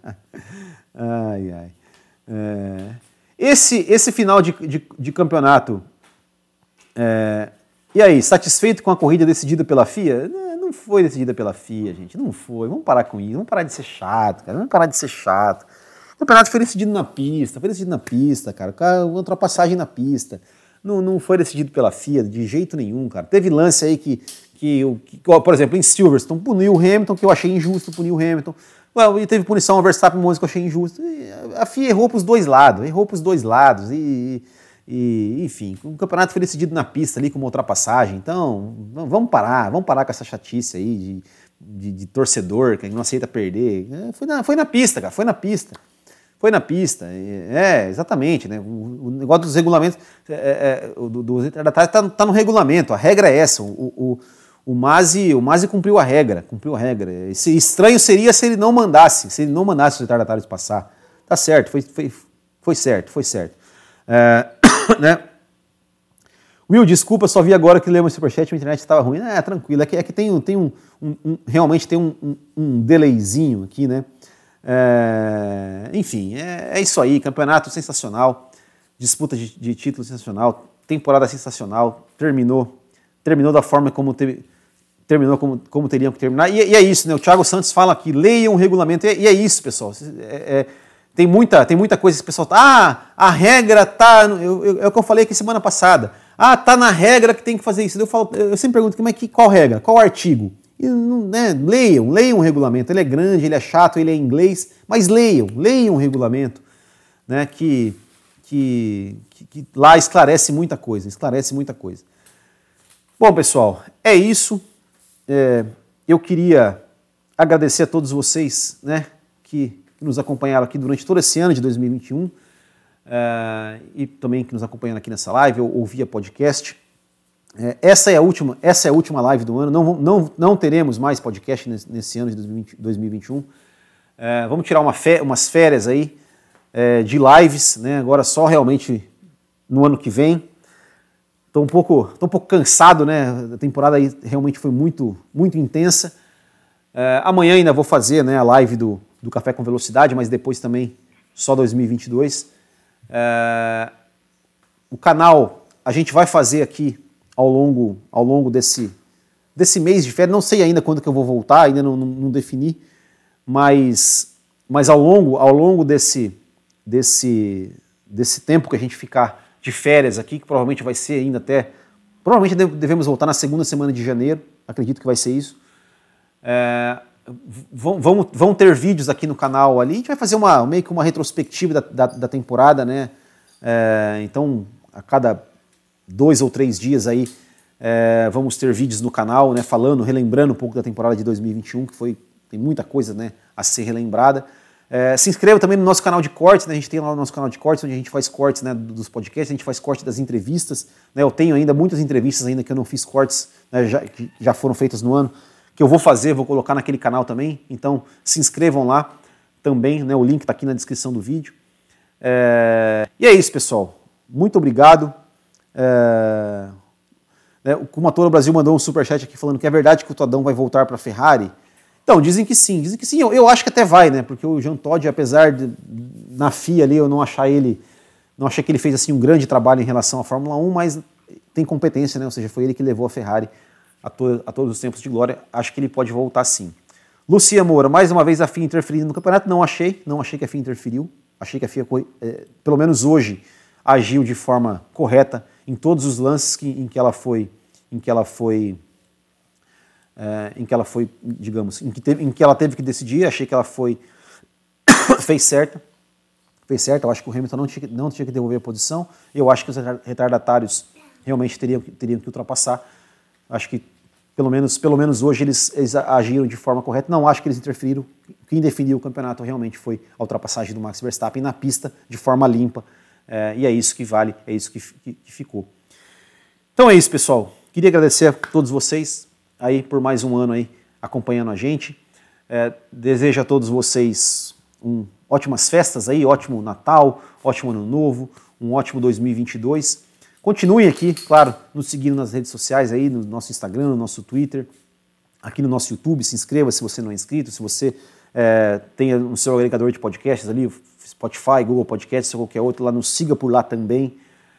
Ai, ai. É, esse, esse final de, de, de campeonato... É, e aí, satisfeito com a corrida decidida pela F I A? Não foi decidida pela F I A, gente, não foi. Vamos parar com isso, vamos parar de ser chato, cara, vamos parar de ser chato. O campeonato foi decidido na pista, foi decidido na pista, cara, uma ultrapassagem na pista. Não, não foi decidido pela F I A de jeito nenhum, cara. Teve lance aí que, que, que por exemplo, em Silverstone, puniu o Hamilton, que eu achei injusto, puniu o Hamilton. Well, e teve punição ao Verstappen, que eu achei injusto. A F I A errou pros dois lados, errou pros dois lados e... E, enfim, o campeonato foi decidido na pista ali com uma ultrapassagem, então vamos parar, vamos parar com essa chatice aí de, de, de torcedor que não aceita perder. É, foi, na, foi na pista, cara, foi na pista. Foi na pista, é, exatamente, né? O, o negócio dos regulamentos, é, é, do, do retardatário tá, tá no regulamento, a regra é essa, o, o, o Masi, o Masi cumpriu a regra, cumpriu a regra. Esse, estranho seria se ele não mandasse, se ele não mandasse os retardatários passar. Tá certo, foi, foi, foi certo, foi certo. É, né? Will, desculpa, só vi agora que leu meu superchat, a internet estava ruim. É, tranquilo, é que, é que tem, tem um, um, um realmente tem um, um, um delayzinho aqui, né? É, enfim, é, é isso aí, campeonato sensacional, disputa de, de título sensacional, temporada sensacional, terminou, terminou da forma como teve, terminou como, como teriam que terminar. E, e é isso, né? O Thiago Santos fala aqui, leiam o regulamento. E, e é isso, pessoal. É, é, tem, muita, tem muita coisa que o pessoal tá... Ah, a regra tá... Eu, eu, é o que eu falei aqui semana passada. Ah, tá na regra que tem que fazer isso. Eu, falo, eu sempre pergunto, mas que, qual regra? Qual artigo? E, né, leiam, leiam o regulamento. Ele é grande, ele é chato, ele é em inglês, mas leiam, leiam o regulamento, né, que, que, que, que lá esclarece muita coisa, esclarece muita coisa. Bom, pessoal, é isso. É, eu queria agradecer a todos vocês, né, que, que nos acompanharam aqui durante todo esse ano de dois mil e vinte e um é, e também que nos acompanharam aqui nessa live ou, ou via podcast. É, essa, é a última, essa é a última live do ano, não, não, não teremos mais podcast nesse, nesse ano de dois mil e vinte e um. É, vamos tirar uma fé, umas férias aí é, de lives, né, agora só realmente no ano que vem. Estou um pouco, tô um pouco cansado, né? A temporada aí realmente foi muito, muito intensa. É, amanhã ainda vou fazer, né, a live do, do Café com Velocidade, mas depois também só dois mil e vinte e dois. É, o canal a gente vai fazer aqui ao longo, ao longo desse, desse mês de férias. Não sei ainda quando que eu vou voltar, ainda não, não, não defini, mas, mas ao longo, ao longo desse, desse, desse tempo que a gente ficar de férias aqui, que provavelmente vai ser ainda até... Provavelmente devemos voltar na segunda semana de janeiro, acredito que vai ser isso. É, vão, vão, vão ter vídeos aqui no canal ali, a gente vai fazer uma, meio que uma retrospectiva da, da, da temporada, né? É, então, a cada dois ou três dias aí, é, vamos ter vídeos no canal, né? Falando, relembrando um pouco da temporada de dois mil e vinte e um, que foi, tem muita coisa, né, a ser relembrada. É, se inscreva também no nosso canal de cortes, né? A gente tem lá o nosso canal de cortes, onde a gente faz cortes, né, dos podcasts, a gente faz corte das entrevistas, né? Eu tenho ainda muitas entrevistas ainda que eu não fiz cortes, né, já, que já foram feitas no ano, que eu vou fazer, vou colocar naquele canal também, então se inscrevam lá também, né? O link está aqui na descrição do vídeo. É, e é isso, pessoal. Muito obrigado. É, né, o Kumatora Brasil mandou um superchat aqui falando que é verdade que o Todão vai voltar para a Ferrari. Então, dizem que sim, dizem que sim, eu, eu acho que até vai, né, porque o Jean Todt, apesar de, na F I A ali, eu não achar ele, não achei que ele fez assim um grande trabalho em relação à Fórmula um, mas tem competência, né, ou seja, foi ele que levou a Ferrari a, to, a todos os tempos de glória, acho que ele pode voltar sim. Lucia Moura, mais uma vez a F I A interferindo no campeonato, não achei, não achei que a F I A interferiu, achei que a F I A, é, pelo menos hoje, agiu de forma correta em todos os lances que, em que ela foi, em que ela foi... É, em que ela foi, digamos, em que, teve, em que ela teve que decidir, achei que ela foi, fez certo, fez certo, eu acho que o Hamilton não tinha, não tinha que devolver a posição, eu acho que os retardatários realmente teriam, teriam que ultrapassar, acho que pelo menos, pelo menos hoje eles, eles agiram de forma correta, não acho que eles interferiram, quem definiu o campeonato realmente foi a ultrapassagem do Max Verstappen na pista, de forma limpa, é, e é isso que vale, é isso que, que, que ficou. Então é isso, pessoal, queria agradecer a todos vocês, aí por mais um ano aí acompanhando a gente. É, desejo a todos vocês um, ótimas festas aí, ótimo Natal, ótimo Ano Novo, um ótimo dois mil e vinte e dois. Continuem aqui, claro, nos seguindo nas redes sociais aí, no nosso Instagram, no nosso Twitter, aqui no nosso YouTube, se inscreva se você não é inscrito, se você é, tem no seu agregador de podcasts ali, Spotify, Google Podcasts ou qualquer outro, lá nos siga por lá também.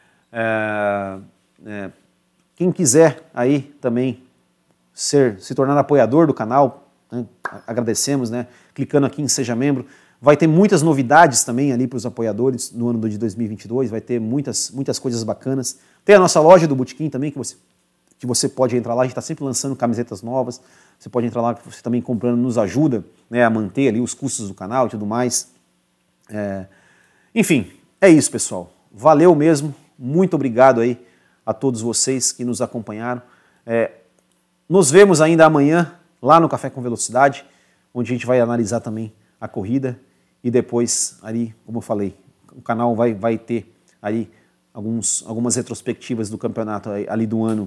É, é, quem quiser aí também Ser, se tornar apoiador do canal, né? Agradecemos, né? Clicando aqui em Seja Membro. Vai ter muitas novidades também ali para os apoiadores no ano de dois mil e vinte e dois, vai ter muitas, muitas coisas bacanas. Tem a nossa loja do Botequim também, que você, que você pode entrar lá, a gente está sempre lançando camisetas novas, você pode entrar lá, você também comprando nos ajuda, né, a manter ali os custos do canal e tudo mais. É, enfim, é isso, pessoal. Valeu mesmo, muito obrigado aí a todos vocês que nos acompanharam. É, Nos vemos ainda amanhã lá no Café com Velocidade, onde a gente vai analisar também a corrida e depois, ali, como eu falei, o canal vai, vai ter ali alguns, algumas retrospectivas do campeonato ali do ano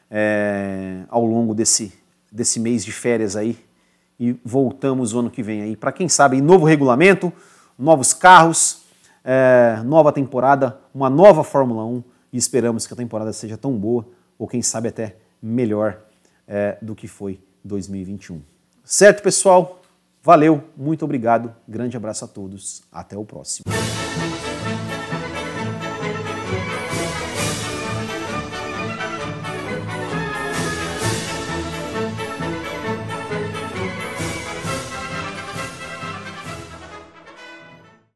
é, ao longo desse, desse mês de férias aí e voltamos o ano que vem aí. Para quem sabe, novo regulamento, novos carros, é, nova temporada, uma nova Fórmula um e esperamos que a temporada seja tão boa ou quem sabe até melhor É, do que foi dois mil e vinte e um. Certo, pessoal? Valeu, muito obrigado, grande abraço a todos, até o próximo.